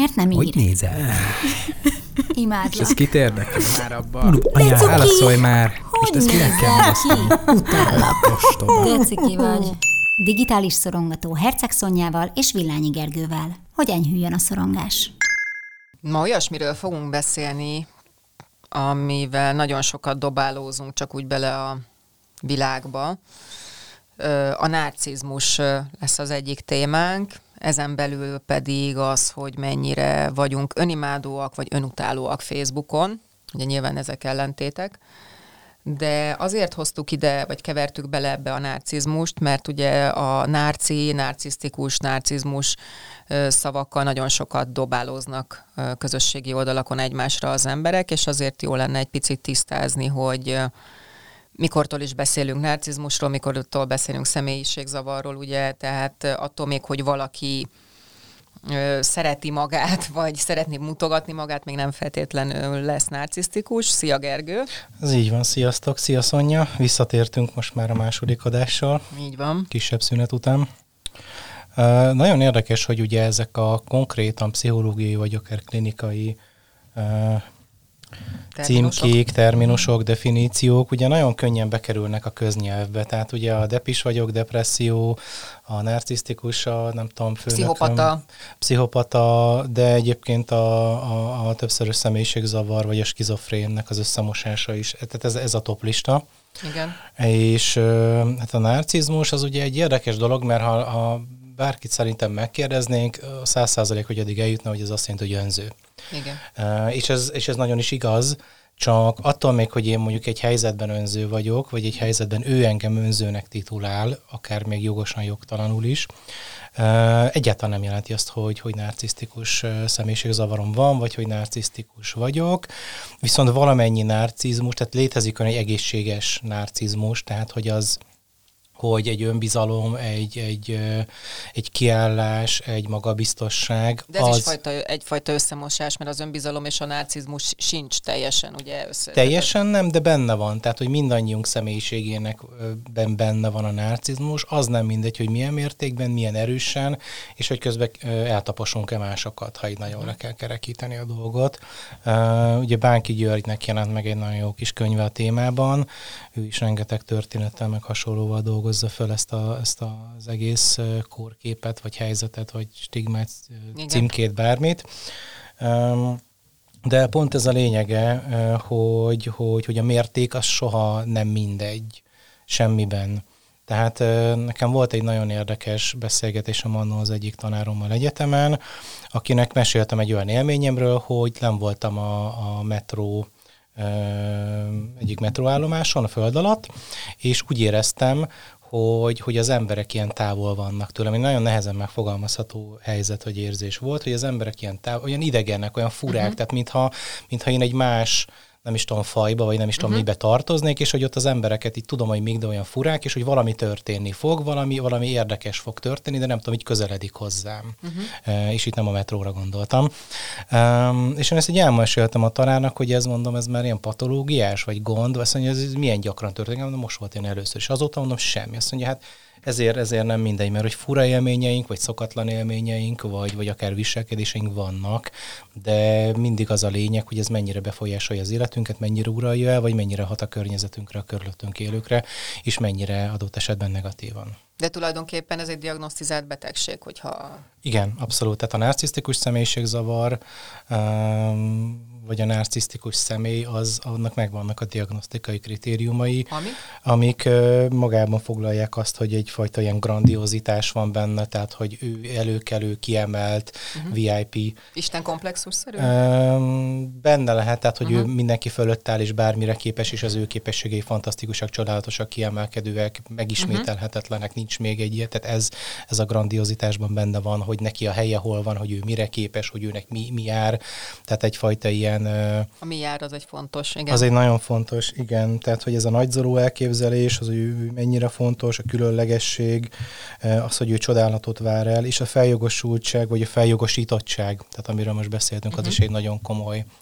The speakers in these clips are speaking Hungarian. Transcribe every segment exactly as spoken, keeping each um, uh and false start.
miért nem ír? Hogy nézel? Imádlak. És ez kit érdekel már abban? De cuki! Válaszolj már! Hogy Most ezt kinek kell válaszolni? Utállak. De ciki vagy. Digitális szorongató Herceg Szonyával és Villányi Gergővel. Hogy enyhüljön a szorongás? Ma olyasmiről fogunk beszélni, amivel nagyon sokat dobálózunk csak úgy bele a világba. A narcizmus lesz az egyik témánk, ezen belül pedig az, hogy mennyire vagyunk önimádóak vagy önutálóak Facebookon. Ugye nyilván ezek ellentétek. De azért hoztuk ide, vagy kevertük bele ebbe a narcizmust, mert ugye a narci, narcisztikus, narcizmus szavakkal nagyon sokat dobálóznak közösségi oldalakon egymásra az emberek, és azért jó lenne egy picit tisztázni, hogy mikortól is beszélünk narcizmusról, mikortól beszélünk személyiségzavarról, ugye, tehát attól még, hogy valaki szereti magát, vagy szeretné mutogatni magát, még nem feltétlenül lesz narcisztikus. Szia, Gergő! Ez így van, sziasztok, szia Szonya! Visszatértünk most már a második adással. Így van. Kisebb szünet után. Uh, nagyon érdekes, hogy ugye ezek a konkrétan pszichológiai vagy akár klinikai uh, Terminusok. címkék, terminusok, definíciók, ugye nagyon könnyen bekerülnek a köznyelvbe. Tehát ugye a depis vagyok, depresszió, a narcisztikus, a nem tudom, főnököm, Pszichopata. Pszichopata, de egyébként a, a, a többszörös személyiségzavar, vagy a skizofrénnek az összemosása is. Tehát ez, ez a top lista. Igen. És hát a narcizmus az ugye egy érdekes dolog, mert ha, ha bárkit szerintem megkérdeznénk, száz százalék, hogy addig eljutna, hogy ez azt jelenti, hogy önző. Igen. Uh, és, ez, és ez nagyon is igaz, csak attól még, hogy én mondjuk egy helyzetben önző vagyok, vagy egy helyzetben ő engem önzőnek titulál, akár még jogosan, jogtalanul is, uh, egyáltalán nem jelenti azt, hogy, hogy narcisztikus uh, személyiségzavarom van, vagy hogy narcisztikus vagyok, viszont valamennyi narcizmus, tehát létezik olyan egy egészséges narcizmus, tehát hogy az hogy egy önbizalom, egy, egy, egy kiállás, egy magabiztosság. De ez az... is fajta, egyfajta összemosás, mert az önbizalom és a narcizmus sincs teljesen, ugye össze. Teljesen nem, de benne van. Tehát, hogy mindannyiunk személyiségének benne van a narcizmus. Az nem mindegy, hogy milyen mértékben, milyen erősen, és hogy közben eltaposunk-e másokat, ha így nagyon le kell kerekíteni a dolgot. Uh, ugye Bánki Györgynek jelent meg egy nagyon jó kis könyve a témában. Ő is rengeteg történettel, meg hasonlóval dolgozza föl ezt, a, ezt az egész kórképet, vagy helyzetet, vagy stigmát, igen, címkét, bármit. De pont ez a lényege, hogy, hogy, hogy a mérték az soha nem mindegy semmiben. Tehát nekem volt egy nagyon érdekes beszélgetésem annól az egyik tanárommal egyetemen, akinek meséltem egy olyan élményemről, hogy nem voltam a, a metró egyik metróállomáson a föld alatt, és úgy éreztem, hogy, hogy az emberek ilyen távol vannak tőlem. Egy nagyon nehezen megfogalmazható helyzet, hogy érzés volt, hogy az emberek ilyen távol, olyan idegenek, olyan furák, uh-huh. tehát mintha, mintha én egy más, nem is tudom, fajba, vagy nem is tudom, uh-huh. mibe tartoznék, és hogy ott az embereket így tudom, hogy még de olyan furák, és hogy valami történni fog, valami, valami érdekes fog történni, de nem tudom, így közeledik hozzám. Uh-huh. Uh, és itt nem a metróra gondoltam. Um, és én ezt így elmeséltem a tanárnak, hogy ez mondom, ez már ilyen patológiás, vagy gond, azt mondja, ez milyen gyakran történik, mondom, most volt én először, és azóta mondom, semmi. Azt mondja, hát ezért, ezért nem mindegy, mert hogy fura élményeink, vagy szokatlan élményeink, vagy, vagy akár viselkedéseink vannak, de mindig az a lényeg, hogy ez mennyire befolyásolja az életünket, mennyire uralja el, vagy mennyire hat a környezetünkre, a körülöttünk élőkre, és mennyire adott esetben negatívan. De tulajdonképpen ez egy diagnosztizált betegség, hogyha... Igen, abszolút. Tehát a narcisztikus személyiségzavar, um, vagy a narcisztikus személy, az, annak megvannak a diagnosztikai kritériumai, Ami? amik uh, magában foglalják azt, hogy egyfajta ilyen grandiozitás van benne, tehát hogy ő előkelő, kiemelt, uh-huh. vé i pé. Isten komplexusszerű? Um, benne lehet, tehát hogy uh-huh. ő mindenki fölött áll, és bármire képes, és az ő képességei fantasztikusak, csodálatosak, kiemelkedőek, megismételhetetlenek, uh-huh. nincs még egy ilyet, tehát ez, ez a grandiozitásban benne van, hogy neki a helye hol van, hogy ő mire képes, hogy őnek mi, mi jár, tehát egyfajta ilyen... A mi jár, az egy fontos, igen. Az egy nagyon fontos, igen, tehát hogy ez a nagyzoló elképzelés, az, hogy ő mennyire fontos, a különlegesség, az, hogy ő csodálatot vár el, és a feljogosultság, vagy a feljogosítottság, tehát amiről most beszéltünk, uh-huh. az is egy nagyon komoly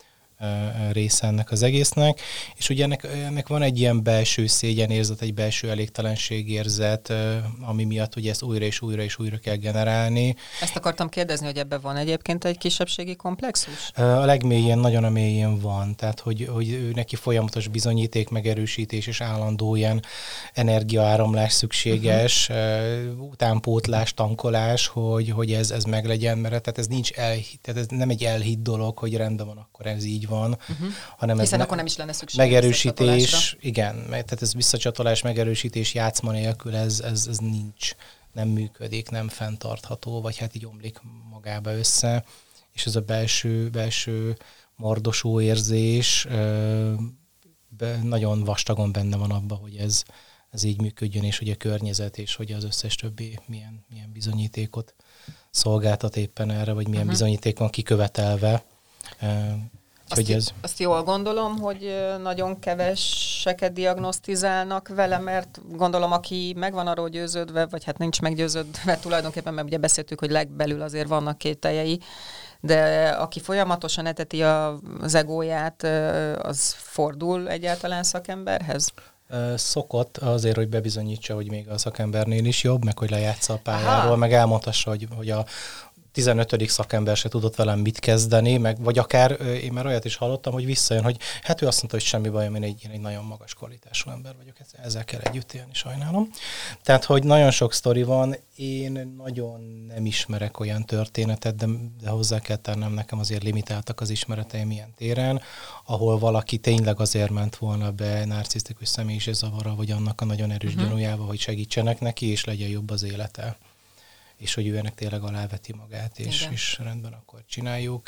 része ennek az egésznek, és ugye ennek, ennek van egy ilyen belső szégyenérzet, egy belső elégtelenségérzet, ami miatt ugye ezt újra és újra és újra kell generálni. Ezt akartam kérdezni, hogy ebben van egyébként egy kisebbségi komplexus? A legmélyén, nagyon a mélyén van, tehát hogy, hogy ő neki folyamatos bizonyíték, megerősítés és állandó ilyen energiaáramlás szükséges, uh-huh. utánpótlás, tankolás, hogy, hogy ez, ez meglegyen, mert tehát ez nincs elhitt, tehát ez nem egy elhitt dolog, hogy rendben van, akkor ez így van, uh-huh. hanem hiszen ez akkor nem is lenne szükség megerősítés, igen, tehát ez visszacsatolás, megerősítés, játszma nélkül ez, ez, ez nincs, nem működik, nem fenntartható, vagy hát így omlik magába össze, és ez a belső, belső mordosó érzés nagyon vastagon benne van abban, hogy ez, ez így működjön, és hogy a környezet, és hogy az összes többi milyen, milyen bizonyítékot szolgáltat éppen erre, vagy milyen uh-huh. bizonyíték van kikövetelve. Azt, ez... azt jól gondolom, hogy nagyon keveseket diagnosztizálnak vele, mert gondolom, aki meg van arról győződve, vagy hát nincs meggyőződve tulajdonképpen, mert ugye beszéltük, hogy legbelül azért vannak kételjei, de aki folyamatosan eteti az egóját, az fordul egyáltalán szakemberhez? Szokott azért, hogy bebizonyítsa, hogy még a szakembernél is jobb, meg hogy lejátsza a pályáról, Aha. meg elmondhassa, hogy, hogy a tizenötödik szakember se tudott velem mit kezdeni, meg, vagy akár én már olyat is hallottam, hogy visszajön, hogy hát ő azt mondta, hogy semmi bajom, én egy, én egy nagyon magas kvalitású ember vagyok, ezzel kell együtt élni, sajnálom. Tehát, hogy nagyon sok sztori van, én nagyon nem ismerek olyan történetet, de, de hozzá kell tennem, nekem azért limitáltak az ismereteim ilyen téren, ahol valaki tényleg azért ment volna be narcisztikus személyiségzavarra, vagy annak a nagyon erős uh-huh. gyanújába, hogy segítsenek neki, és legyen jobb az élete. És hogy ő ennek tényleg aláveti magát, és, és rendben akkor csináljuk.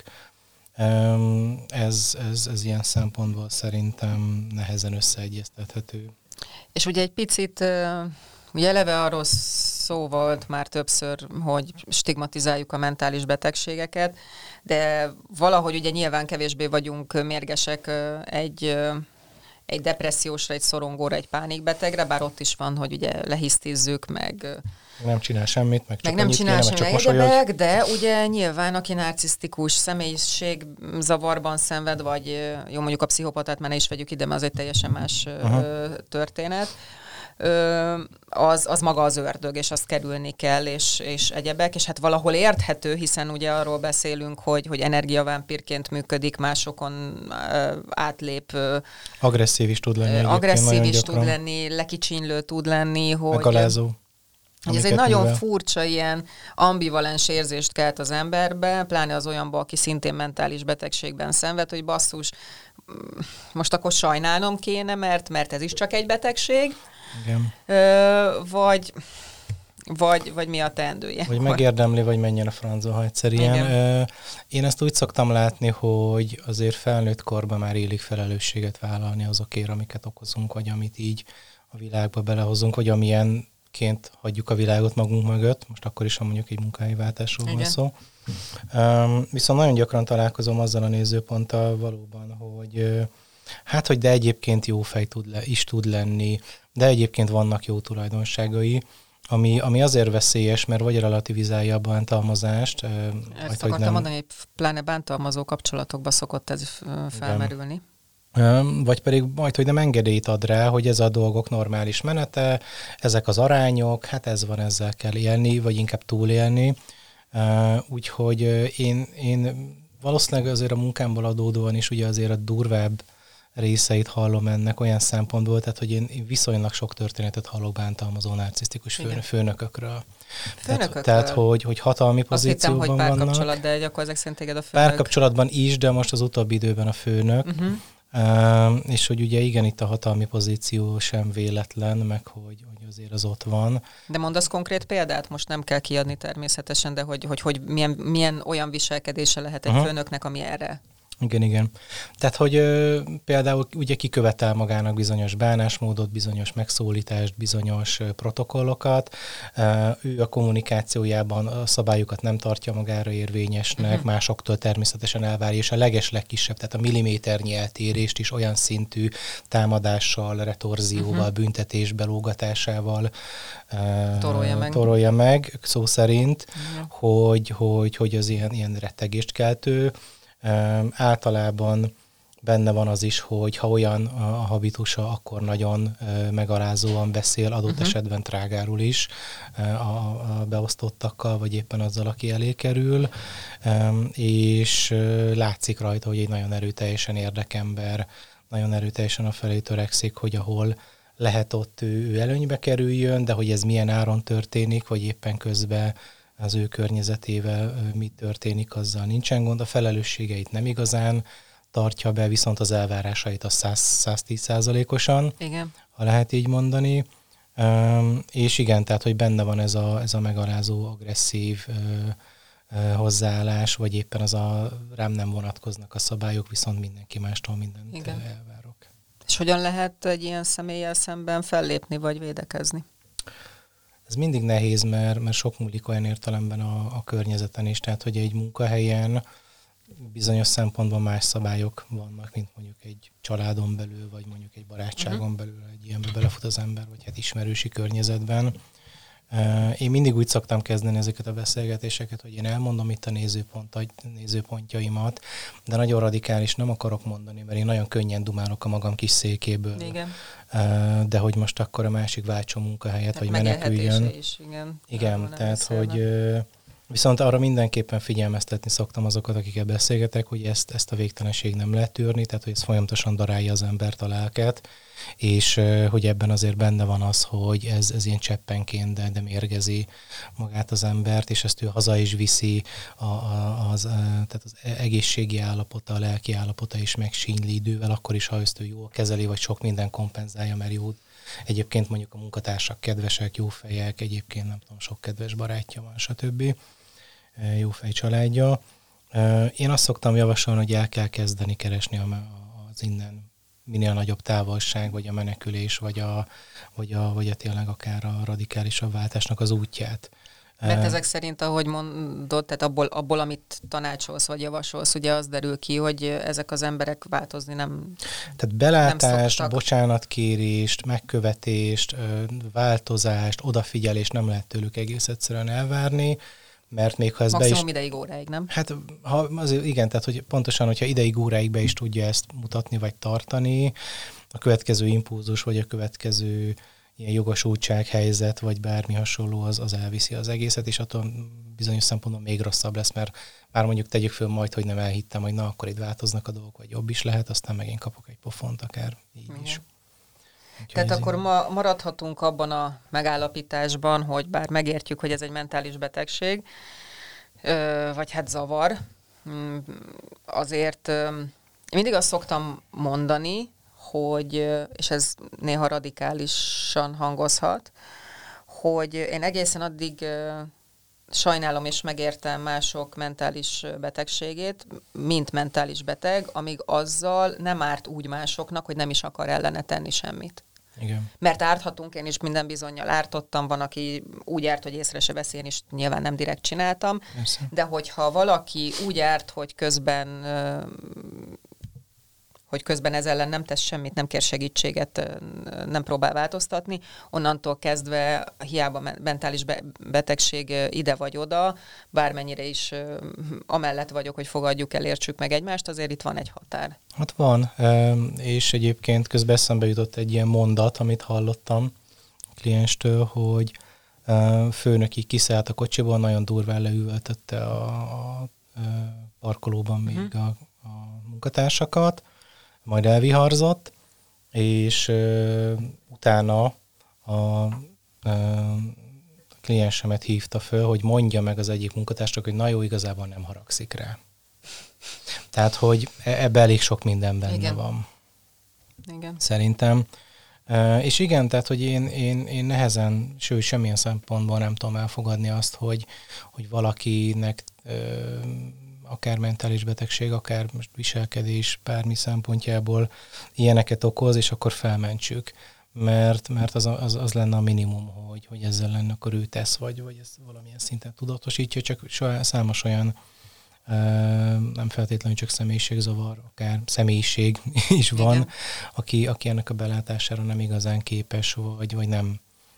Ez, ez, ez ilyen szempontból szerintem nehezen összeegyeztethető. És ugye egy picit, ugye eleve arról szó volt már többször, hogy stigmatizáljuk a mentális betegségeket, de valahogy ugye nyilván kevésbé vagyunk mérgesek egy... egy depressziósra, egy szorongóra, egy pánikbetegre, bár ott is van, hogy ugye lehisztizzük, meg... Nem csinál semmit, meg csak meg nem csinál kéne, semmit, csak egyebek, de ugye nyilván, aki narcisztikus személyiség zavarban szenved, vagy jó, mondjuk a pszichopatát már ne is vegyük ide, mert az egy teljesen más uh-huh. történet, az, az maga az ördög, és azt kerülni kell, és, és egyebek, és hát valahol érthető, hiszen ugye arról beszélünk, hogy, hogy energiavámpírként működik, másokon átlép. Agresszív is tud lenni. Agresszív is tud lenni, lekicsinlő tud lenni, hogy... Megalázó. Hogy ez egy nagyon mivel... furcsa ilyen ambivalens érzést kelt az emberbe, pláne az olyanba, aki szintén mentális betegségben szenved, hogy basszus, most akkor sajnálnom kéne, mert, mert ez is csak egy betegség. Igen. Ö, vagy, vagy, vagy mi a teendője? Vagy megérdemli, vagy menjen a francba, ha egyszer ilyen. Ö, én ezt úgy szoktam látni, hogy azért felnőtt korban már illik felelősséget vállalni azokért, amiket okozunk, vagy amit így a világba belehozunk, vagy amilyen ként hagyjuk a világot magunk mögött, most akkor is, ha mondjuk egy munkahelyi váltásról van szó. Um, viszont nagyon gyakran találkozom azzal a nézőponttal valóban, hogy uh, hát, hogy de egyébként jó fej tud le, is tud lenni, de egyébként vannak jó tulajdonságai, ami, ami azért veszélyes, mert vagy relativizálja a bántalmazást. Uh, Ezt majd, akartam hogy nem... mondani, hogy pláne bántalmazó kapcsolatokban szokott ez felmerülni. Igen. Vagy pedig majd, hogy nem engedélyt ad rá, hogy ez a dolgok normális menete, ezek az arányok, hát ez van, ezzel kell élni, vagy inkább túlélni. Úgyhogy én, én valószínűleg azért a munkámból adódóan is ugye azért a durvább részeit hallom ennek olyan szempontból, tehát hogy én viszonylag sok történetet hallok bántalmazó narcisztikus főnök, főnökökről. Főnökökről? Tehát, tehát hogy, hogy hatalmi pozícióban vannak. Azt hittem, hogy párkapcsolat, de gyakorlatilag ezek szerint téged a főnök. Párkapcsolatban is, de most az utóbbi időben a főnök. Uh-huh. Uh, és hogy ugye igen, itt a hatalmi pozíció sem véletlen, meg hogy, hogy azért az ott van. De mondasz konkrét példát? Most nem kell kiadni természetesen, de hogy, hogy, hogy milyen, milyen olyan viselkedése lehet egy uh-huh. főnöknek, ami erre... Igen, igen. Tehát, hogy ö, például ugye kikövetel magának bizonyos bánásmódot, bizonyos megszólítást, bizonyos ö, protokollokat. Ö, ő a kommunikációjában a szabályokat nem tartja magára érvényesnek, uh-huh. másoktól természetesen elvárja, és a leges legkisebb, tehát a milliméternyi eltérést is olyan szintű támadással, retorzióval, uh-huh. büntetésbe lógatásával ö, torolja meg. torolja meg, szó szerint, uh-huh. hogy, hogy, hogy az ilyen, ilyen rettegést keltő. Um, általában benne van az is, hogy ha olyan a habitusa, akkor nagyon megalázóan beszél, adott uh-huh. esetben trágárul is a, a beosztottakkal, vagy éppen azzal, aki elé kerül, és látszik rajta, hogy egy nagyon erőteljesen érdekember, nagyon erőteljesen afelé törekszik, hogy ahol lehet ott ő, ő előnybe kerüljön, de hogy ez milyen áron történik, vagy éppen közben az ő környezetével mi történik, azzal nincsen gond. A felelősségeit nem igazán tartja be, viszont az elvárásait a száz-száztíz százalékosan, igen. ha lehet így mondani. Um, és igen, tehát, hogy benne van ez a, ez a megalázó, agresszív uh, uh, hozzáállás, vagy éppen az a rám nem vonatkoznak a szabályok, viszont mindenki mástól mindent igen. elvárok. És hogyan lehet egy ilyen személlyel szemben fellépni, vagy védekezni? Ez mindig nehéz, mert, mert sok múlik olyan értelemben a, a környezeten is, tehát hogy egy munkahelyen bizonyos szempontból más szabályok vannak, mint mondjuk egy családon belül, vagy mondjuk egy barátságon uh-huh. belül, egy ilyenbe belefut az ember, vagy hát ismerősi környezetben. Én mindig úgy szoktam kezdeni ezeket a beszélgetéseket, hogy én elmondom itt a nézőpont, nézőpontjaimat, de nagyon radikális nem akarok mondani, mert én nagyon könnyen dumálok a magam kis székéből. Igen. De hogy most akkor a másik váltson munkahelyet, vagy meneküljön. Is, igen. Igen, tehát hogy viszont arra mindenképpen figyelmeztetni szoktam azokat, akikkel beszélgetek, hogy ezt, ezt a végtelenség nem lehet tűrni, tehát hogy ez folyamatosan darálja az embert, a lelket, és hogy ebben azért benne van az, hogy ez, ez ilyen cseppenként, de, de mérgezi magát az embert, és ezt ő haza is viszi, a, a, az, a, tehát az egészségi állapota, a lelki állapota is megsínyli idővel, akkor is, ha ezt ő jól kezeli, vagy sok minden kompenzálja, mert jó. Egyébként mondjuk a munkatársak kedvesek, jó fejek, egyébként nem tudom, sok kedves barátja van, stb. Jó fej családja. Én azt szoktam javasolni, hogy el kell kezdeni keresni az innen minél nagyobb távolság, vagy a menekülés, vagy a, vagy a, vagy a tényleg akár a radikálisabb váltásnak az útját. Mert ezek szerint, ahogy mondod, tehát abból, abból, amit tanácsolsz, vagy javasolsz, ugye az derül ki, hogy ezek az emberek változni nem Tehát belátást, nem bocsánatkérést, megkövetést, változást, odafigyelést nem lehet tőlük egész egyszerűen elvárni, mert még ha ez maximum be is... ideig, óráig, nem? Hát ha, azért, igen, tehát hogy pontosan, hogyha ideig, óráig be is tudja ezt mutatni, vagy tartani, a következő impulzus, vagy a következő ilyen jogosultság, helyzet, vagy bármi hasonló, az, az elviszi az egészet, és attól bizonyos szempontból még rosszabb lesz, mert már mondjuk tegyük föl majd, hogy nem elhittem, hogy na, akkor itt változnak a dolgok, vagy jobb is lehet, aztán megint kapok egy pofont, akár így igen. is. Úgyhogy tehát akkor így... ma maradhatunk abban a megállapításban, hogy bár megértjük, hogy ez egy mentális betegség, vagy hát zavar, azért mindig azt szoktam mondani, hogy, és ez néha radikálisan hangozhat, hogy én egészen addig sajnálom és megértem mások mentális betegségét, mint mentális beteg, amíg azzal nem árt úgy másoknak, hogy nem is akar ellene tenni semmit. Igen. Mert árthatunk, én is minden bizonnyal ártottam, van, aki úgy árt, hogy észre se veszi, én is nyilván nem direkt csináltam, Persze. De hogyha valaki úgy árt, hogy közben hogy közben ez ellen nem tesz semmit, nem kér segítséget, nem próbál változtatni, onnantól kezdve hiába mentális betegség ide vagy oda, bármennyire is amellett vagyok, hogy fogadjuk el, értsük meg egymást, azért itt van egy határ. Hát van, és egyébként közben eszembe jutott egy ilyen mondat, amit hallottam a klienstől, hogy főnök így kiszállt a kocsiból, nagyon durván leüvöltötte a, a parkolóban még uh-huh. a, a munkatársakat, majd elviharzott, és ö, utána a ö, kliensemet hívta föl, hogy mondja meg az egyik munkatársnak, hogy na jó, igazából nem haragszik rá. Tehát, hogy ebbe elég sok minden benne igen. van. Igen. Szerintem. E, és igen, tehát, hogy én, én, én nehezen, sőt, semmilyen szempontból nem tudom elfogadni azt, hogy, hogy valakinek ö, akár mentális betegség, akár most viselkedés bármi szempontjából ilyeneket okoz, és akkor felmentsük. Mert, mert az, az, az lenne a minimum, hogy, hogy ezzel lenne, akkor ő tesz, vagy, vagy ez valamilyen szinten tudatosítja, csak számos olyan nem feltétlenül csak személyiségzavar, akár személyiség is van, aki, aki ennek a belátására nem igazán képes, vagy, vagy nem,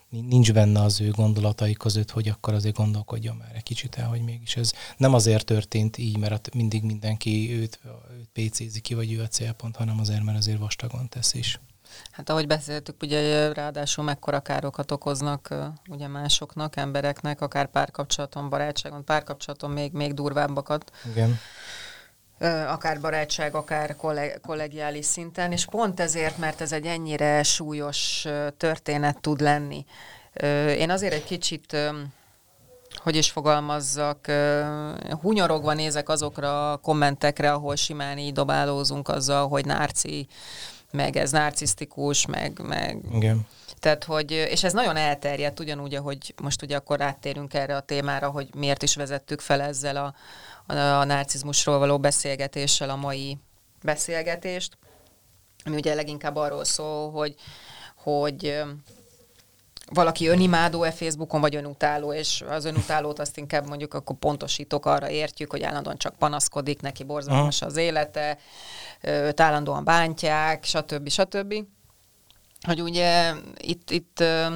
nincs benne az ő gondolatai között, hogy akkor azért gondolkodjon már egy kicsit el, hogy mégis ez nem azért történt így, mert mindig mindenki őt, őt pécézi ki, vagy ő a célpont, hanem azért, mert azért vastagon tesz is. Hát ahogy beszéltük, ugye ráadásul mekkora károkat okoznak ugye másoknak, embereknek, akár párkapcsolaton, barátságon, párkapcsolaton még, még durvábbakat. Igen. Akár barátság, akár kolleg- kollegiális szinten, és pont ezért, mert ez egy ennyire súlyos történet tud lenni. Én azért egy kicsit, hogy is fogalmazzak, hunyorogva nézek azokra a kommentekre, ahol simán így dobálózunk azzal, hogy nárci, meg ez narcisztikus, meg... meg Igen. Tehát, hogy, és ez nagyon elterjedt, ugyanúgy, ahogy most ugye akkor áttérünk erre a témára, hogy miért is vezettük fel ezzel a, a, a narcizmusról való beszélgetéssel a mai beszélgetést, ami ugye leginkább arról szól, hogy, hogy valaki önimádó-e Facebookon, vagy önutáló, és az önutálót azt inkább mondjuk akkor pontosítok, arra értjük, hogy állandóan csak panaszkodik, neki borzalmas az élete, őt állandóan bántják, stb. stb. Hogy ugye itt, itt ö,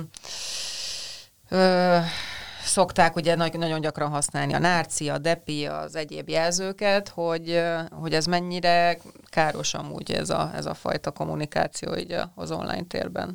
ö, szokták ugye nagyon gyakran használni a nárci, a depi, az egyéb jelzőket, hogy, hogy ez mennyire káros amúgy ez a, ez a fajta kommunikáció így az online térben.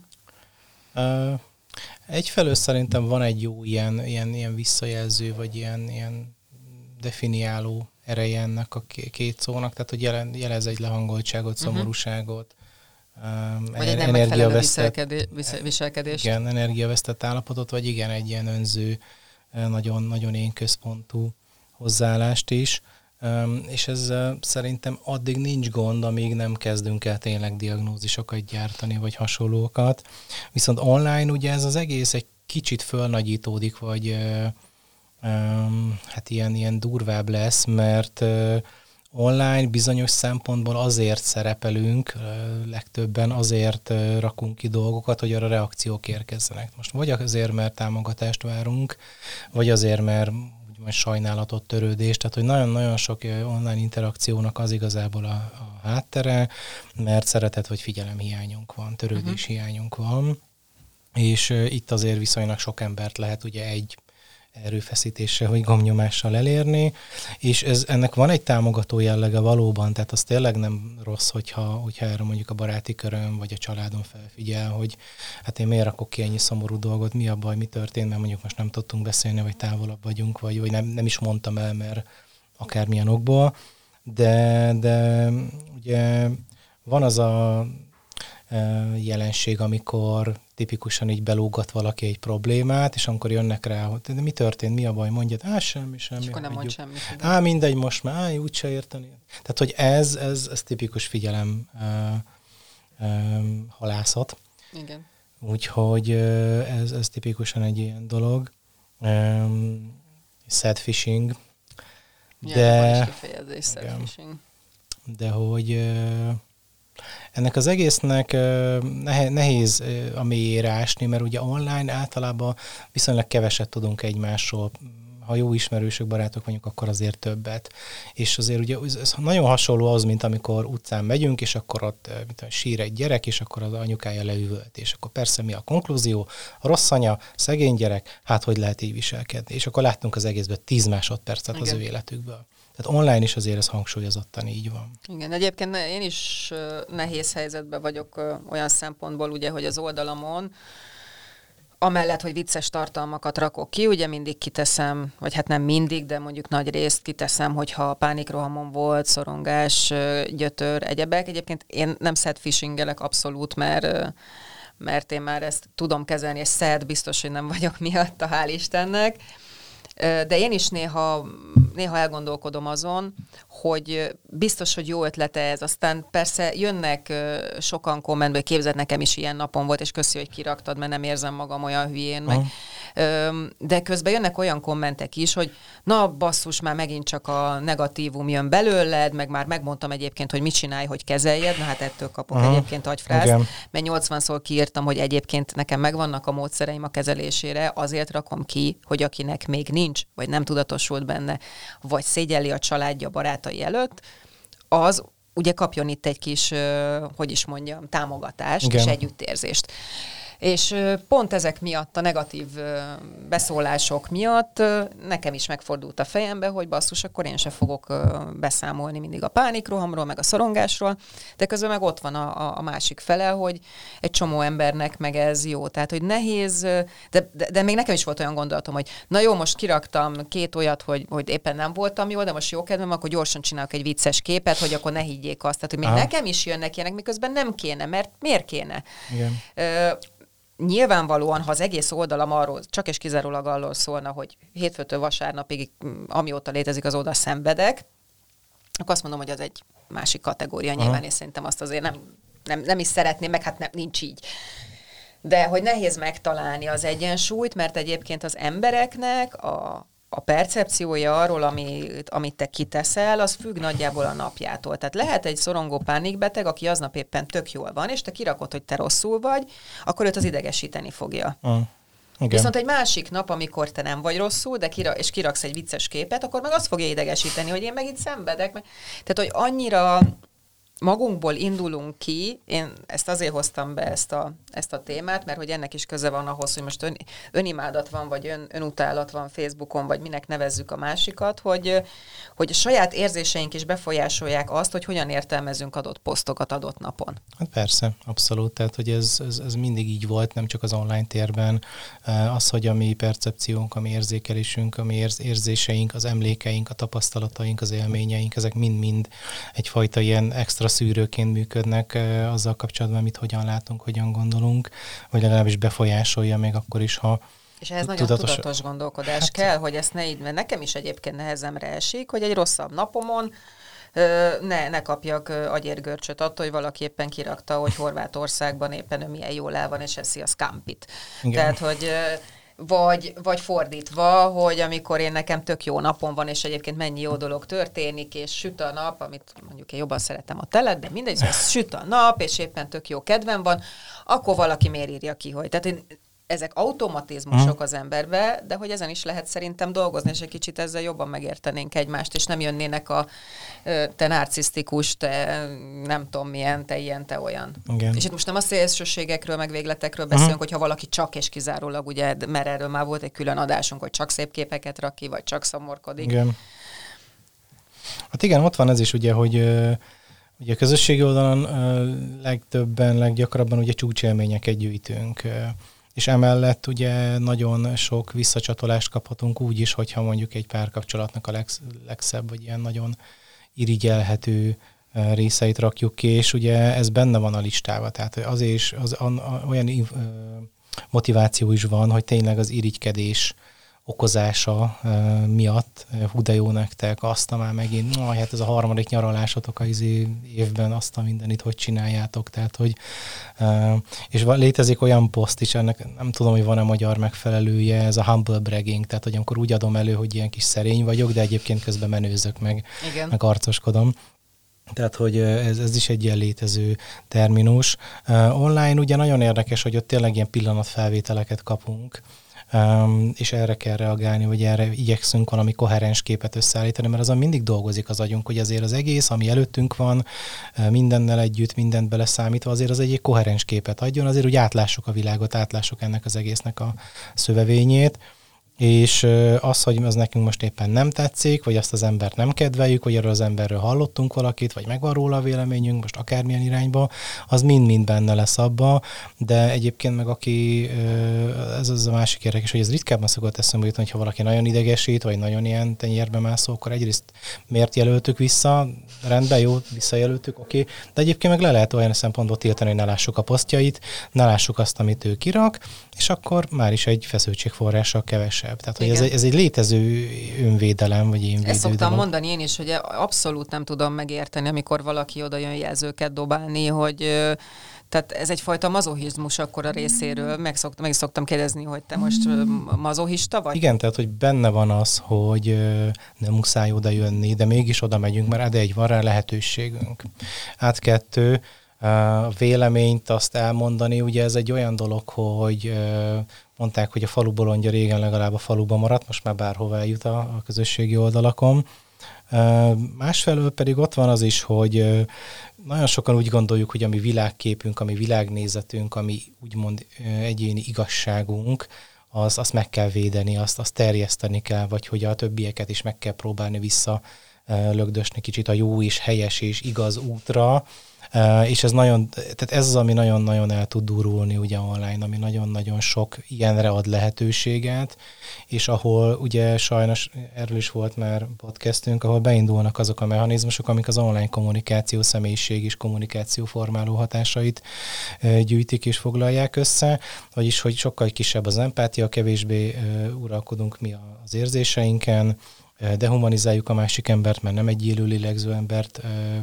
Uh, egyfelől szerintem van egy jó ilyen, ilyen, ilyen visszajelző, vagy ilyen, ilyen definiáló ereje ennek a két szónak, tehát hogy jelez egy lehangoltságot, szomorúságot, um, vagy egy nem megfelelő viselkedést. Igen, energiavesztett állapotot, vagy igen, egy ilyen önző, nagyon, nagyon én központú hozzáállást is. Um, és ez uh, szerintem addig nincs gond, amíg nem kezdünk el tényleg diagnózisokat gyártani, vagy hasonlókat. Viszont online ugye ez az egész egy kicsit fölnagyítódik, vagy uh, um, hát ilyen, ilyen durvább lesz, mert uh, online bizonyos szempontból azért szerepelünk, uh, legtöbben azért uh, rakunk ki dolgokat, hogy arra reakciók érkezzenek. Most vagy azért, mert támogatást várunk, vagy azért, mert vagy sajnálatot, törődést, tehát hogy nagyon-nagyon sok online interakciónak az igazából a, a háttere, mert szeretet vagy figyelemhiányunk van, törődés uh-huh. hiányunk van, és uh, itt azért viszonylag sok embert lehet ugye egy erőfeszítéssel vagy gomnyomással elérni, és ez, ennek van egy támogató jellege valóban, tehát az tényleg nem rossz, hogyha, hogyha erre mondjuk a baráti köröm vagy a családom felfigyel, hogy hát én miért rakok ki ennyi szomorú dolgot, mi a baj, mi történt, mert mondjuk most nem tudtunk beszélni, vagy távolabb vagyunk, vagy, vagy nem, nem is mondtam el, mert akármilyen okból, de, de ugye van az a jelenség, amikor tipikusan így belógat valaki egy problémát, és amikor jönnek rá, hogy de mi történt, mi a baj, mondjad, á, semmi, semmi. És akkor nem mond semmit. Á, mindegy, most már, á, úgyse érteni. Tehát, hogy ez, ez, ez tipikus figyelem uh, um, halászat. Igen. Úgyhogy uh, ez, ez tipikusan egy ilyen dolog. Um, sad fishing. Ja, de, van is kifejezés, sad fishing. De hogy uh, ennek az egésznek nehéz a mélyére ásni, mert ugye online általában viszonylag keveset tudunk egymásról. Ha jó ismerősök, barátok vagyunk, akkor azért többet. És azért ugye ez nagyon hasonló az, mint amikor utcán megyünk, és akkor ott mint sír egy gyerek, és akkor az anyukája leüvölt. És akkor persze mi a konklúzió? A rossz anya, szegény gyerek, hát hogy lehet így viselkedni? És akkor láttunk az egészben tíz másodpercet az ő életükből. Tehát online is azért ez hangsúlyozottan így van. Igen, egyébként én is nehéz helyzetben vagyok olyan szempontból, ugye, hogy az oldalamon, amellett, hogy vicces tartalmakat rakok ki, ugye mindig kiteszem, vagy hát nem mindig, de mondjuk nagy részt kiteszem, hogyha pánikrohamon volt, szorongás, gyötör, egyebek. Egyébként én nem sad fishingelek abszolút, mert, mert én már ezt tudom kezelni, és sad biztos, hogy nem vagyok miatta, hál' Istennek. De én is néha, néha elgondolkodom azon, hogy biztos, hogy jó ötlete ez. Aztán persze jönnek sokan kommentbe, hogy képzeld, nekem is ilyen napon volt, és köszi, hogy kiraktad, mert nem érzem magam olyan hülyén. Meg. De közben jönnek olyan kommentek is, hogy na basszus, már megint csak a negatívum jön belőled, meg már megmondtam egyébként, hogy mit csinálj, hogy kezeljed, na hát ettől kapok Aha. egyébként agyfrászt, Igen. mert nyolcvanszor kiírtam, hogy egyébként nekem megvannak a módszereim a kezelésére, azért rakom ki, hogy akinek még nincs, vagy nem tudatosult benne, vagy szégyelli a családja, barátai előtt, az ugye kapjon itt egy kis, hogy is mondjam, támogatást Igen. és együttérzést. És pont ezek miatt, a negatív beszólások miatt nekem is megfordult a fejembe, hogy basszus, akkor én se fogok beszámolni mindig a pánikrohamról, meg a szorongásról, de közben meg ott van a, a másik fele, hogy egy csomó embernek meg ez jó. Tehát, hogy nehéz, de, de, de még nekem is volt olyan gondolatom, hogy na jó, most kiraktam két olyat, hogy, hogy éppen nem voltam jó, de most jó kedvem, akkor gyorsan csinálok egy vicces képet, hogy akkor ne higgyék azt. Tehát, hogy még Aha. nekem is jönnek ilyenek, miközben nem kéne, mert miért kéne? Igen. Ö, Nyilvánvalóan, ha az egész oldalam arról, csak és kizárólag arról szólna, hogy hétfőtől vasárnapig, amióta létezik az oldal, szenvedek, akkor azt mondom, hogy az egy másik kategória Aha. nyilván, és szerintem azt azért nem, nem, nem is szeretném, meg hát nem, nincs így. De hogy nehéz megtalálni az egyensúlyt, mert egyébként az embereknek a a percepciója arról, amit, amit te kiteszel, az függ nagyjából a napjától. Tehát lehet egy szorongó pánikbeteg, aki aznap éppen tök jól van, és te kirakod, hogy te rosszul vagy, akkor őt az idegesíteni fogja. Mm. Igen. Viszont egy másik nap, amikor te nem vagy rosszul, de kira- és kiraksz egy vicces képet, akkor meg azt fogja idegesíteni, hogy én meg itt szenvedek. Meg... Tehát, hogy annyira magunkból indulunk ki, én ezt azért hoztam be ezt a, ezt a témát, mert hogy ennek is köze van ahhoz, hogy most ön, önimádat van, vagy ön, önutálat van Facebookon, vagy minek nevezzük a másikat, hogy, hogy a saját érzéseink is befolyásolják azt, hogy hogyan értelmezünk adott posztokat adott napon. Hát persze, abszolút. Tehát, hogy ez, ez, ez mindig így volt, nem csak az online térben. Az, hogy a mi percepciónk, a mi érzékelésünk, a mi érz, érzéseink, az emlékeink, a tapasztalataink, az élményeink, ezek mind-mind egyfajta ilyen extra szűrőként működnek azzal kapcsolatban, mit hogyan látunk, hogyan gondolunk, vagy legalábbis befolyásolja még akkor is, ha és ehhez nagyon tudatos, tudatos gondolkodás hát, kell, hogy ezt ne így, mert nekem is egyébként nehezemre esik, hogy egy rosszabb napomon ne, ne kapjak agyérgörcsöt attól, hogy valaki éppen kirakta, hogy Horvátországban éppen ő milyen jól el van, és eszi a scampit. Igen. Tehát, hogy Vagy, vagy fordítva, hogy amikor én nekem tök jó napom van, és egyébként mennyi jó dolog történik, és süt a nap, amit mondjuk én jobban szeretem a telet, de mindegy, szóval süt a nap, és éppen tök jó kedvem van, akkor valaki miért írja ki, hogy. Tehát én, ezek automatizmusok az emberbe, de hogy ezen is lehet szerintem dolgozni, és egy kicsit ezzel jobban megértenénk egymást, és nem jönnének a te narcisztikus, te nem tudom milyen, te ilyen, te olyan. Igen. És itt most nem a szélsőségekről, meg végletekről beszélünk, uh-huh. hogyha valaki csak és kizárólag, ugye, mert erről már volt egy külön adásunk, hogy csak szép képeket rak ki, vagy csak szomorkodik. Igen. Hát igen, ott van ez is ugye, hogy ugye a közösségi oldalon legtöbben, leggyakrabban ugye csúcsélményeket gyűjtünk. És emellett ugye nagyon sok visszacsatolást kaphatunk úgy is, hogyha mondjuk egy párkapcsolatnak a legsz, legszebb, vagy ilyen nagyon irigyelhető részeit rakjuk ki, és ugye ez benne van a listában. Tehát azért is az, a, a, olyan motiváció is van, hogy tényleg az irigykedés okozása uh, miatt, uh, hú de jó nektek, azt már megint, no, hát ez a harmadik nyaralásotok az évben, azt a mindenit, hogy csináljátok, tehát, hogy uh, és van, létezik olyan poszt is, ennek nem tudom, hogy van-e magyar megfelelője, ez a humble bragging, tehát, hogy amikor úgy adom elő, hogy ilyen kis szerény vagyok, de egyébként közben menőzök meg, Igen. meg arcoskodom. Tehát, hogy ez, ez is egy ilyen létező terminus. Uh, online ugye nagyon érdekes, hogy ott tényleg ilyen pillanatfelvételeket kapunk, Um, és erre kell reagálni, vagy erre igyekszünk valami koherens képet összeállítani, mert azon mindig dolgozik az agyunk, hogy azért az egész, ami előttünk van, mindennel együtt, mindent beleszámítva, azért az egy koherens képet adjon, azért úgy átlássuk a világot, átlássuk ennek az egésznek a szövevényét, és az, hogy az nekünk most éppen nem tetszik, vagy azt az embert nem kedveljük, vagy arról az emberről hallottunk valakit, vagy megvan róla a véleményünk, most akármilyen irányba, az mind-mind benne lesz abba, de egyébként meg aki, ez az a másik érdekes, hogy ez ritkábban szokott eszembe jutni, hogyha valaki nagyon idegesít, vagy nagyon ilyen tenyérbe mászó, akkor egyrészt miért jelöltük vissza, rendben, jó, visszajelöltük, oké, okay. De egyébként meg le lehet olyan szempontból tiltani, hogy ne lássuk a posztjait, ne lássuk azt, amit ő kirak, és akkor már is egy feszültségforrással kevesebb. Tehát, hogy ez egy, ez egy létező önvédelem, vagy én Ezt szoktam dolog. mondani én is, hogy abszolút nem tudom megérteni, amikor valaki oda jön jelzőket dobálni, hogy tehát ez egyfajta mazohizmus akkor a részéről. Meg, szokt, meg szoktam kérdezni, hogy te most mazohista vagy? Igen, tehát, hogy benne van az, hogy nem muszáj oda jönni, de mégis oda megyünk, mert de egy van rá lehetőségünk. Át kettő, a véleményt azt elmondani, ugye ez egy olyan dolog, hogy mondták, hogy a falu bolondja régen legalább a faluban maradt, most már bárhova eljut a, a közösségi oldalakon. Másfelől pedig ott van az is, hogy nagyon sokan úgy gondoljuk, hogy a mi világképünk, a mi világnézetünk, ami úgymond egyéni igazságunk, az, azt meg kell védeni, azt, azt terjeszteni kell, vagy hogy a többieket is meg kell próbálni vissza lögdösni kicsit a jó és helyes és igaz útra, és ez nagyon, tehát ez az, ami nagyon-nagyon el tud durulni ugye online, ami nagyon-nagyon sok ilyenre ad lehetőséget, és ahol ugye sajnos erről is volt már podcastünk, ahol beindulnak azok a mechanizmusok, amik az online kommunikáció, személyiség és kommunikáció formáló hatásait gyűjtik és foglalják össze, vagyis, hogy sokkal kisebb az empátia, kevésbé uralkodunk mi az érzéseinken, dehumanizáljuk a másik embert, mert nem egy élő lélegző embert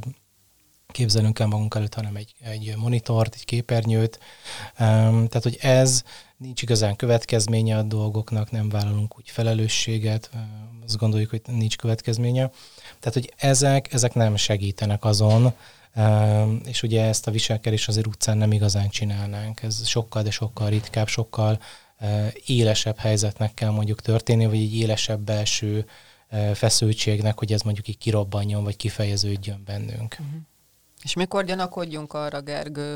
képzelünk el magunk előtt, hanem egy, egy monitort, egy képernyőt. Um, tehát, hogy ez nincs igazán következménye a dolgoknak, nem vállalunk úgy felelősséget, um, azt gondoljuk, hogy nincs következménye. Tehát, hogy ezek, ezek nem segítenek azon, um, és ugye ezt a viselkedést azért utcán nem igazán csinálnánk. Ez sokkal, de sokkal ritkább, sokkal uh, élesebb helyzetnek kell mondjuk történni, vagy egy élesebb belső uh, feszültségnek, hogy ez mondjuk így kirobbanjon, vagy kifejeződjön bennünk. Uh-huh. És mikor gyanakodjunk arra, Gergő,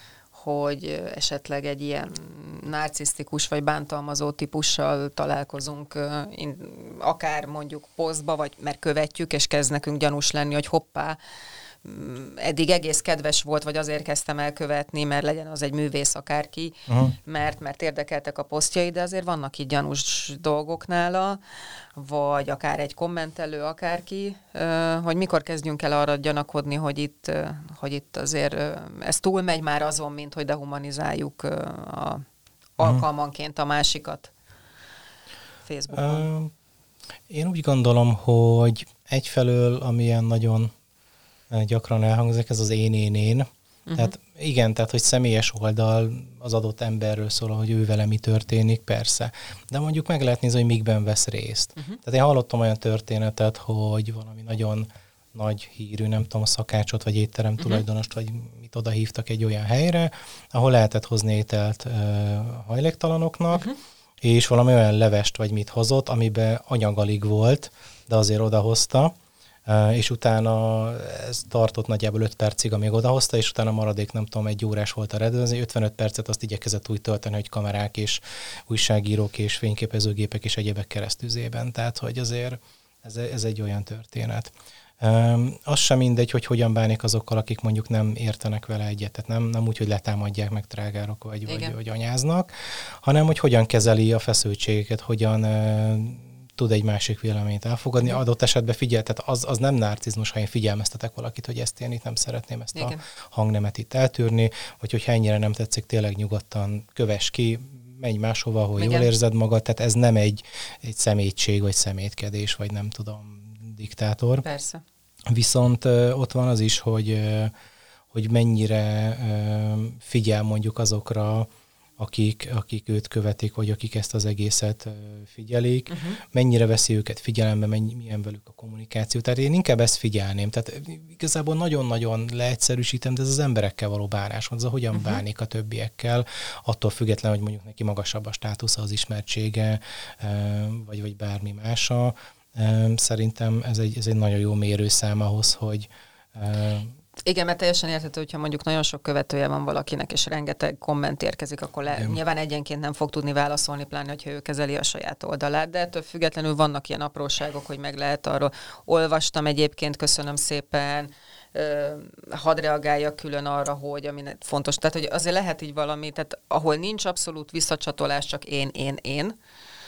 hogy esetleg egy ilyen narcisztikus vagy bántalmazó típussal találkozunk, akár mondjuk posztba, vagy mert követjük, és kezd nekünk gyanús lenni, hogy hoppá, eddig egész kedves volt, vagy azért kezdtem el követni, mert legyen az egy művész akárki, uh-huh. mert, mert érdekeltek a posztjai, de azért vannak itt gyanús dolgok nála, vagy akár egy kommentelő akárki, hogy mikor kezdjünk el arra gyanakodni, hogy itt, hogy itt azért ez túlmegy már azon, mint hogy dehumanizáljuk a, uh-huh. alkalmanként a másikat Facebookon. Uh, én úgy gondolom, hogy egyfelől, amilyen nagyon gyakran elhangzik, ez az én-én-én. Uh-huh. Tehát igen, tehát, hogy személyes oldal az adott emberről szól, hogy ő vele mi történik, persze. De mondjuk meg lehet nézni, hogy mikben vesz részt. Uh-huh. Tehát én hallottam olyan történetet, hogy valami nagyon nagy hírű, nem tudom, szakácsot, vagy étterem uh-huh. tulajdonost, vagy mit oda hívtak egy olyan helyre, ahol lehetett hozni ételt uh, hajléktalanoknak, uh-huh. és valami olyan levest, vagy mit hozott, amiben anyag alig volt, de azért odahozta. Uh, és utána ez tartott nagyjából öt percig, amíg odahozta, és utána maradék, nem tudom, egy órás volt a rendezvény, ötvenöt percet azt igyekezett úgy tölteni, hogy kamerák és újságírók és fényképezőgépek és egyebek keresztüzében. Tehát, hogy azért ez, ez egy olyan történet. Um, az sem mindegy, hogy hogyan bánik azokkal, akik mondjuk nem értenek vele egyet, tehát nem, nem úgy, hogy letámadják meg trágárok, vagy, vagy, vagy anyáznak, hanem hogy hogyan kezeli a feszültségeket, hogyan uh, tud egy másik véleményt elfogadni. Adott esetben figyel, tehát az, az nem narcizmus, ha én figyelmeztetek valakit, hogy ezt én itt nem szeretném ezt Igen. a hangnemet itt eltűrni, vagy hogyha ennyire nem tetszik, tényleg nyugodtan kövess ki, menj máshova, ahol Igen. jól érzed magad, tehát ez nem egy, egy szemétség, vagy szemétkedés, vagy nem tudom, diktátor. Persze. Viszont ott van az is, hogy, hogy mennyire figyel mondjuk azokra, akik, akik őt követik, vagy akik ezt az egészet figyelik, uh-huh. mennyire veszi őket figyelembe, mennyi, milyen velük a kommunikáció. Tehát én inkább ezt figyelném. Tehát igazából nagyon-nagyon leegyszerűsítem, de ez az emberekkel való bánás, az, hogyan uh-huh. bánik a többiekkel, attól függetlenül, hogy mondjuk neki magasabb a státusza, az ismertsége, vagy, vagy bármi mása. Szerintem ez egy, ez egy nagyon jó mérőszám ahhoz, hogy Igen, mert teljesen érthető, hogyha mondjuk nagyon sok követője van valakinek, és rengeteg komment érkezik, akkor le, nyilván egyenként nem fog tudni válaszolni, pláne, hogyha ő kezeli a saját oldalát, de ettől függetlenül vannak ilyen apróságok, hogy meg lehet arról. Olvastam egyébként, köszönöm szépen, hadd reagáljak külön arra, hogy ami fontos. Tehát, hogy azért lehet így valami, tehát ahol nincs abszolút visszacsatolás, csak én, én, én,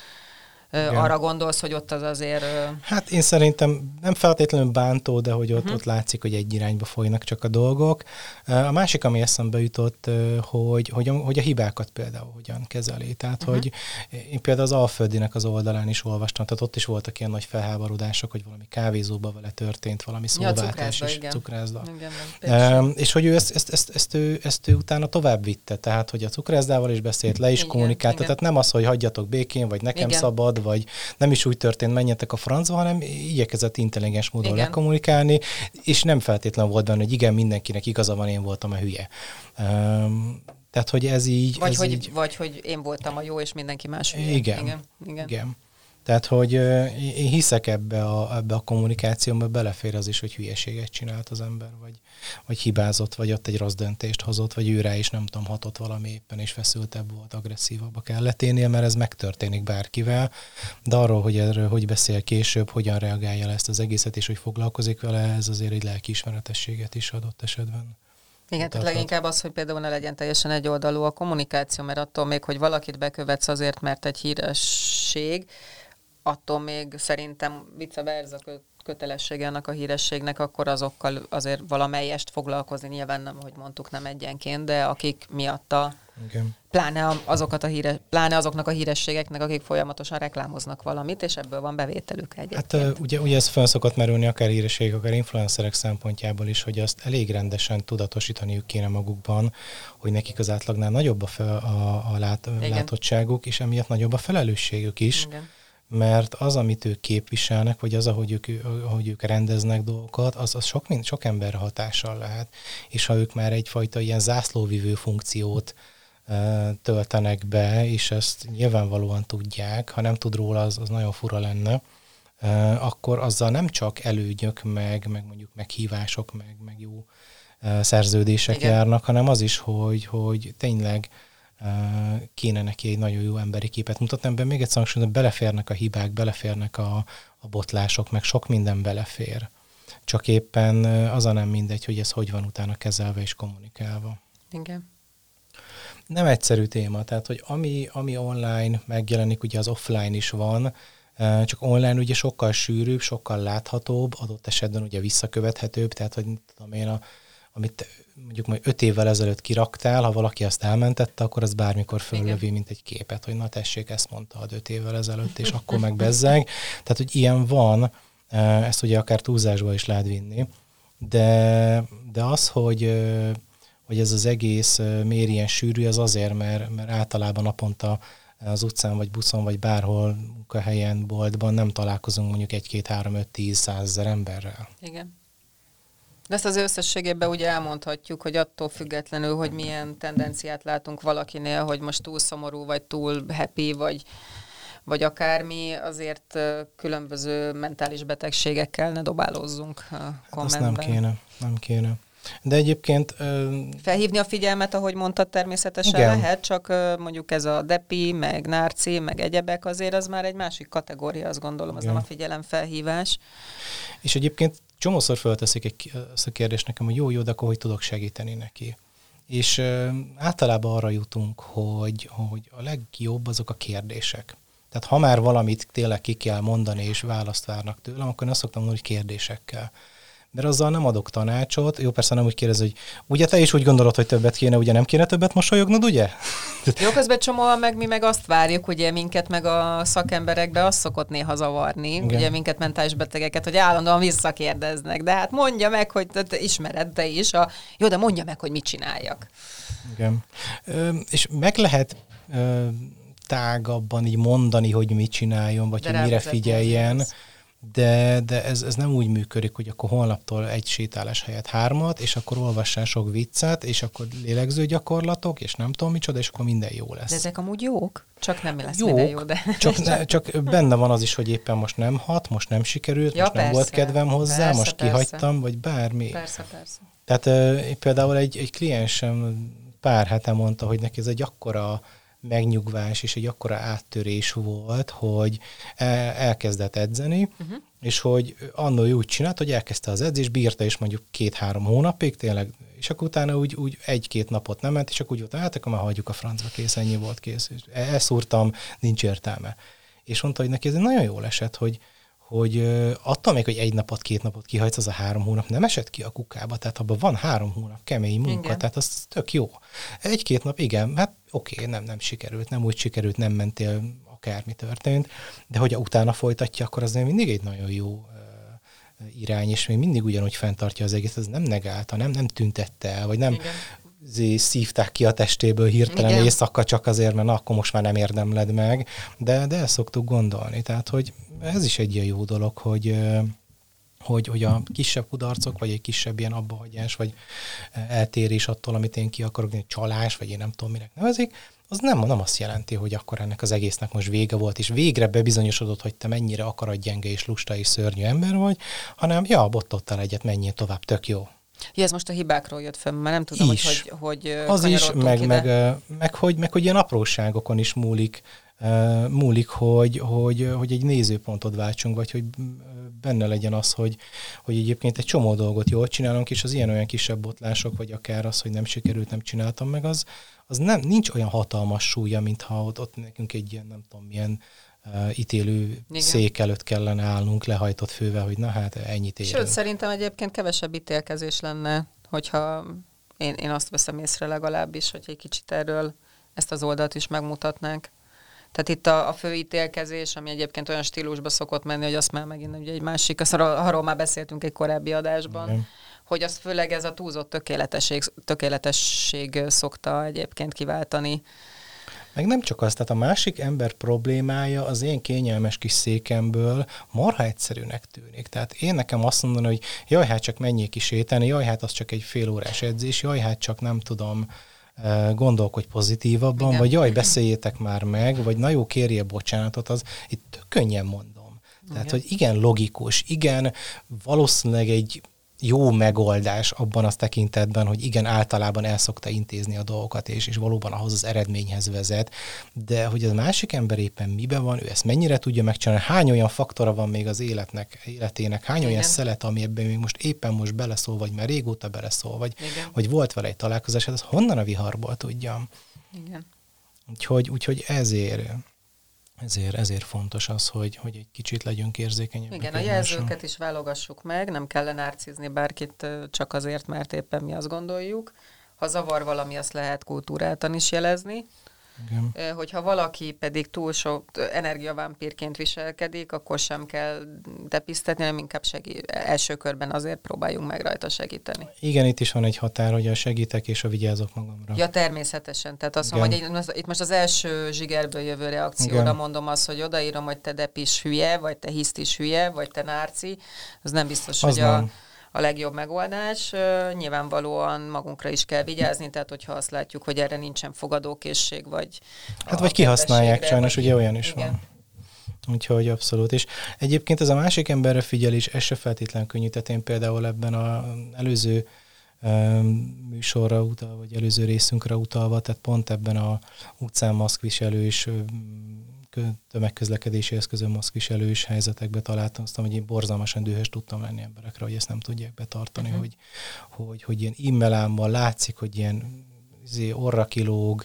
Igen. arra gondolsz, hogy ott az azért... Hát én szerintem nem feltétlenül bántó, de hogy ott, uh-huh. ott látszik, hogy egy irányba folynak csak a dolgok. A másik, ami eszembe jutott, hogy, hogy, a, hogy a hibákat például hogyan kezeli. Tehát, uh-huh. hogy én például az Alföldinek az oldalán is olvastam, tehát ott is voltak ilyen nagy felháborodások, hogy valami kávézóba vele történt, valami szóváltás ja, és cukrászda. Igen, um, és hogy ő ezt, ezt, ezt, ezt, ő, ezt ő utána tovább vitte, tehát, hogy a cukrászddával is beszélt, le is igen, kommunikálta, igen. tehát nem az, hogy hagyjatok békén, vagy nekem igen. szabad, vagy nem is úgy történt, menjetek a francba, hanem igyekezett intelligens módon igen. lekommunikálni, és nem feltétlenül volt benne, hogy igen, mindenkinek igaza van, én voltam a hülye. Um, tehát, hogy ez így... Vagy, ez hogy, így... vagy hogy én voltam a jó, és mindenki más hülye. Igen, igen. igen. igen. Tehát, hogy én hiszek ebbe a, ebbe a kommunikációba, belefér az is, hogy hülyeséget csinált az ember, vagy, vagy hibázott, vagy ott egy rossz döntést hozott, vagy ő rá is nem tudom, hatott valami éppen, és feszültebb volt, agresszívabb a kelleténél, mert ez megtörténik bárkivel, de arról, hogy erről hogy beszél később, hogyan reagálja le ezt az egészet, és hogy foglalkozik vele, ez azért egy lelkiismeretességet is adott esetben. Igen, tehát leginkább az, hogy például ne legyen teljesen egyoldalú a kommunikáció, mert attól még, hogy valakit bekövetsz azért, mert egy híresség, attól még szerintem vice versa kötelessége annak a hírességnek, akkor azokkal azért valamelyest foglalkozni, nyilván nem, hogy mondtuk, nem egyenként, de akik miatta, Igen. pláne, azokat a híre, pláne azoknak a hírességeknek, akik folyamatosan reklámoznak valamit, és ebből van bevételük egyébként. Hát ugye, ugye ez fönn szokott merülni akár hírességek, akár influencerek szempontjából is, hogy azt elég rendesen tudatosítaniuk kéne magukban, hogy nekik az átlagnál nagyobb a, fel, a, a lát, látottságuk, és emiatt nagyobb a felelősségük is. Igen. Mert az, amit ők képviselnek, vagy az, ahogy ők, ahogy ők rendeznek dolgokat, az, az sok, mind, sok emberre hatással lehet. És ha ők már egyfajta ilyen zászlóvivő funkciót e, töltenek be, és ezt nyilvánvalóan tudják, ha nem tud róla, az, az nagyon fura lenne, e, akkor azzal nem csak elődjök, meg, meg mondjuk meghívások, meg, meg jó e, szerződések Igen. járnak, hanem az is, hogy, hogy tényleg kéne neki egy nagyon jó emberi képet mutatni, ebben még egyszer hangsúlyozom, beleférnek a hibák, beleférnek a, a botlások, meg sok minden belefér. Csak éppen az a nem mindegy, hogy ez hogy van utána kezelve és kommunikálva. Igen. Nem egyszerű téma, tehát hogy ami, ami online megjelenik, ugye az offline is van, csak online ugye sokkal sűrűbb, sokkal láthatóbb, adott esetben ugye visszakövethetőbb, tehát hogy tudom én, a, amit mondjuk majd öt évvel ezelőtt kiraktál, ha valaki azt elmentette, akkor az bármikor föllövi, mint egy képet, hogy na tessék, ezt mondtad öt évvel ezelőtt, és akkor meg bezzeg. Tehát, hogy ilyen van, ezt ugye akár túlzásba is lehet vinni, de, de az, hogy, hogy ez az egész miért ilyen sűrű, az azért, mert, mert általában naponta az utcán, vagy buszon, vagy bárhol munkahelyen, boltban nem találkozunk mondjuk egy, két, három, öt, tíz, százezer emberrel. Igen. De ezt az összességében ugye elmondhatjuk, hogy attól függetlenül, hogy milyen tendenciát látunk valakinél, hogy most túl szomorú, vagy túl happy, vagy, vagy akármi, azért különböző mentális betegségekkel ne dobálózzunk a kommentben. Azt nem kéne, nem kéne. De egyébként... Felhívni a figyelmet, ahogy mondtad, természetesen igen. lehet, csak mondjuk ez a depi, meg nárci, meg egyebek, azért az már egy másik kategória, azt gondolom, az igen. nem a figyelemfelhívás. És egyébként csomószor fölteszik egy, azt a kérdést nekem, hogy jó, jó, de akkor hogy tudok segíteni neki. És uh, általában arra jutunk, hogy, hogy a legjobb azok a kérdések. Tehát ha már valamit tényleg ki kell mondani, és választ várnak tőlem, akkor azt szoktam mondani, hogy kérdésekkel. Mert azzal nem adok tanácsot. Jó, persze nem úgy kérdez, hogy ugye te is úgy gondolod, hogy többet kéne, ugye nem kéne többet mosolyognod, ugye? Jó, közben csomóan meg mi meg azt várjuk, ugye minket meg a szakemberekbe azt szokott néha zavarni, igen. ugye minket mentális betegeket, hogy állandóan visszakérdeznek, de hát mondja meg, hogy te ismered te is, a, jó, de mondja meg, hogy mit csináljak. Igen. Ö, és meg lehet ö, tágabban így mondani, hogy mit csináljon, vagy de hogy mire figyeljen, de, de ez, ez nem úgy működik, hogy akkor holnaptól egy sétálás helyett hármat, és akkor olvassál sok viccet, és akkor lélegző gyakorlatok, és nem tudom micsoda, és akkor minden jó lesz. De ezek amúgy jók? Csak nem lesz jók, minden jó, de... Csak, ne, csak benne van az is, hogy éppen most nem hat, most nem sikerült, ja, most persze, nem volt kedvem hozzá, persze, most kihagytam, persze. vagy bármi. Persze, persze. Tehát uh, például egy, egy kliensem pár hete mondta, hogy neki ez egy akkora megnyugvás és egy akkora áttörés volt, hogy elkezdett edzeni, uh-huh. és hogy annól úgy csinált, hogy elkezdte az edzést, bírta is mondjuk két-három hónapig tényleg, és akkor utána úgy, úgy egy-két napot nem ment, és akkor úgy volt, hát akkor már hagyjuk a francba, kész, ennyi volt, kész. Elszúrtam, nincs értelme. És mondta, hogy neki ez nagyon jól esett, hogy hogy attól még, hogy egy napot, két napot kihagysz, az a három hónap nem esett ki a kukába, tehát abban van három hónap kemény munka, igen. tehát az tök jó. Egy-két nap, igen, hát oké, nem, nem sikerült, nem úgy sikerült, nem mentél, akármi történt, de hogy utána folytatja, akkor az mindig egy nagyon jó uh, irány, és még mindig ugyanúgy fenntartja az egész, az nem negálta, nem, nem tüntette el, vagy nem igen. szívták ki a testéből hirtelen igen. éjszaka csak azért, mert na, akkor most már nem érdemled meg, de, de el szoktuk gondolni, tehát hogy ez is egy ilyen jó dolog, hogy, hogy, hogy a kisebb kudarcok, vagy egy kisebb ilyen abbahagyás, vagy eltérés attól, amit én ki akarok, csalás, vagy én nem tudom, minek nevezik, az nem, nem azt jelenti, hogy akkor ennek az egésznek most vége volt, és végre bebizonyosodott, hogy te mennyire akaratgyenge és lusta és szörnyű ember vagy, hanem ja, bottottál egyet, menjél tovább, tök jó. Ja, ez most a hibákról jött fel, mert nem tudom, is. hogy hogy, hogy az is, meg, ide. meg, meg, hogy, meg hogy ilyen apróságokon is múlik, uh, múlik hogy, hogy, hogy egy nézőpontot váltsunk, vagy hogy benne legyen az, hogy, hogy egyébként egy csomó dolgot jól csinálunk, és az ilyen-olyan kisebb botlások, vagy akár az, hogy nem sikerült, nem csináltam meg, az, az nem, nincs olyan hatalmas súlya, mintha ott, ott nekünk egy ilyen, nem tudom, milyen uh, ítélő Igen. szék előtt kellene állnunk lehajtott fővel, hogy na hát ennyit érünk. Sőt, szerintem egyébként kevesebb ítélkezés lenne, hogyha én, én azt veszem észre legalábbis, hogy egy kicsit erről ezt az oldalt is megmutatnánk. Tehát itt a, a főítélkezés, ami egyébként olyan stílusba szokott menni, hogy azt már megint ugye egy másik, azt arról már beszéltünk egy korábbi adásban, Igen. hogy azt főleg ez a túlzott tökéletesség, tökéletesség szokta egyébként kiváltani. Meg nem csak az, tehát a másik ember problémája az én kényelmes kis székemből marha egyszerűnek tűnik. Tehát én nekem azt mondani, hogy jaj, hát csak menjék ki sétálni, jaj, hát az csak egy fél órás edzés, jaj, hát csak nem tudom, gondolkodj pozitívabban, Igen. vagy jaj, beszéljétek már meg, vagy na jó, kérjél bocsánatot, az itt könnyen mondom. Tehát, igen. hogy igen logikus, igen valószínűleg egy jó megoldás abban az tekintetben, hogy igen, általában el szokta intézni a dolgokat, és, és valóban ahhoz az eredményhez vezet, de hogy az másik ember éppen miben van, ő ezt mennyire tudja megcsinálni, hány olyan faktora van még az életnek, életének, hány igen. olyan szelet, ami ebben még most éppen most beleszól, vagy már régóta beleszól, vagy, vagy volt vele egy találkozás, hát az honnan a viharból tudjam. Igen. Úgyhogy, úgyhogy ezért... Ezért, ezért fontos az, hogy, hogy egy kicsit legyünk érzékenyebbek. Igen, a jelzőket is válogassuk meg, nem kell nárcizni bárkit csak azért, mert éppen mi azt gondoljuk. Ha zavar valami, azt lehet kultúráltan is jelezni. Igen. Hogyha valaki pedig túl sok energiavámpírként viselkedik, akkor sem kell depisztetni, hanem inkább segít. Első körben azért próbáljunk meg rajta segíteni. Igen, itt is van egy határ, hogy a segítek és a vigyázok magamra. Ja, természetesen. Tehát azt mondom, hogy itt most az első zsigerből jövő reakcióra Igen. mondom azt, hogy odaírom, hogy te depis hülye, vagy te hisztis hülye, vagy te nárci. Az nem biztos, az hogy nem. a... a legjobb megoldás. Nyilvánvalóan magunkra is kell vigyázni, tehát hogyha azt látjuk, hogy erre nincsen fogadókészség, vagy... Hát vagy kihasználják, sajnos vagy, ugye olyan is igen. van. Úgyhogy abszolút. És egyébként ez a másik emberre figyelés, ez se feltétlenül könnyű. Tehát én például ebben az előző um, műsorra utalva, vagy előző részünkre utalva, tehát pont ebben a utcán maszkviselős um, tömegközlekedési eszközön maszkviselős helyzetekbe találkoztam, hogy én borzalmasan dühös tudtam lenni emberekre, hogy ezt nem tudják betartani, uh-huh. hogy, hogy, hogy ilyen immelámban látszik, hogy ilyen izé, orra kilóg,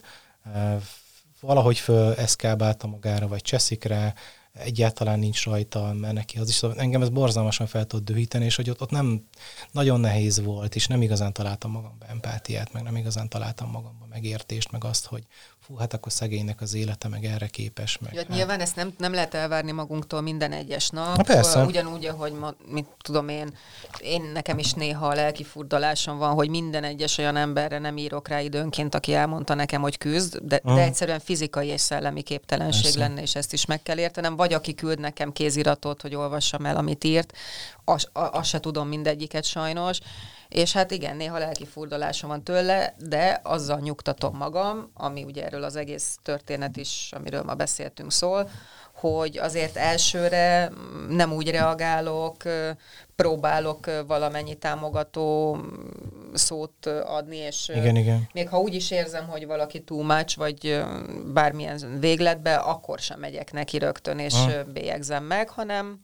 valahogy föl eszkábálta magára, vagy cseszik rá, egyáltalán nincs rajta, mert neki az is, engem ez borzalmasan fel tud dühíteni, és hogy ott, ott nem nagyon nehéz volt, és nem igazán találtam magamba empátiát, meg nem igazán találtam magamba megértést, meg azt, hogy fú, hát akkor szegénynek az élete meg erre képes. Meg, ja, hát. Nyilván ezt nem, nem lehet elvárni magunktól minden egyes nap. Na, persze. Ugyanúgy, ahogy ma, mit tudom én, én nekem is néha a lelki furdalásom van, hogy minden egyes olyan emberre nem írok rá időnként, aki elmondta nekem, hogy küzd, de, hmm. de egyszerűen fizikai és szellemi képtelenség persze. lenne, és ezt is meg kell értenem. Vagy aki küld nekem kéziratot, hogy olvassam el, amit írt, azt az se tudom mindegyiket sajnos. És hát igen, néha lelki furdalásom van tőle, de azzal nyugtatom magam, ami ugye erről az egész történet is, amiről ma beszéltünk szól, hogy azért elsőre nem úgy reagálok, próbálok valamennyi támogató szót adni, és igen, igen. még ha úgy is érzem, hogy valaki too much, vagy bármilyen végletbe, akkor sem megyek neki rögtön, és ha. bélyegzem meg, hanem...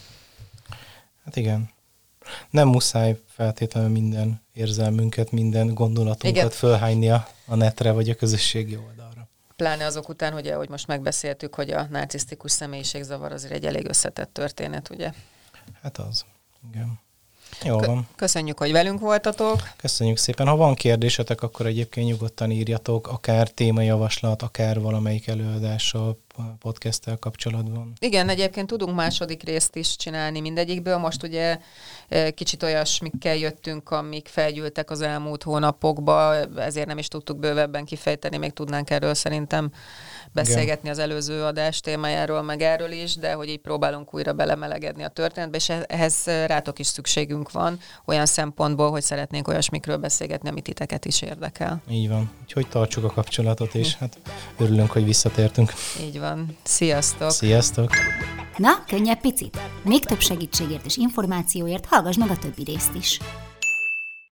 Hát igen. Nem muszáj feltétlenül minden érzelmünket, minden gondolatunkat igen. fölhányni a, a netre, vagy a közösségi oldalra. Pláne azok után, hogy ahogy most megbeszéltük, hogy a narcisztikus személyiségzavar azért egy elég összetett történet, ugye? Hát az. Igen. Jó van. Köszönjük, hogy velünk voltatok. Köszönjük szépen. Ha van kérdésetek, akkor egyébként nyugodtan írjatok, akár témajavaslat, akár valamelyik előadással podcasttel kapcsolatban. Igen, egyébként tudunk második részt is csinálni mindegyikből. Most ugye kicsit olyasmikkel jöttünk, amik felgyűltek az elmúlt hónapokba, ezért nem is tudtuk bővebben kifejteni, még tudnánk erről szerintem beszélgetni az előző adás témájáról, meg erről is, de hogy így próbálunk újra belemelegedni a történetbe, és ehhez rátok is szükségünk van, olyan szempontból, hogy szeretnénk olyasmikről beszélgetni, amit titeket is érdekel. Így van. Úgyhogy tartsuk a kapcsolatot, és hát örülünk, hogy visszatértünk. Így van. Sziasztok! Sziasztok! Na, könnyebb picit? Még több segítségért és információért hallgass meg a többi részt is.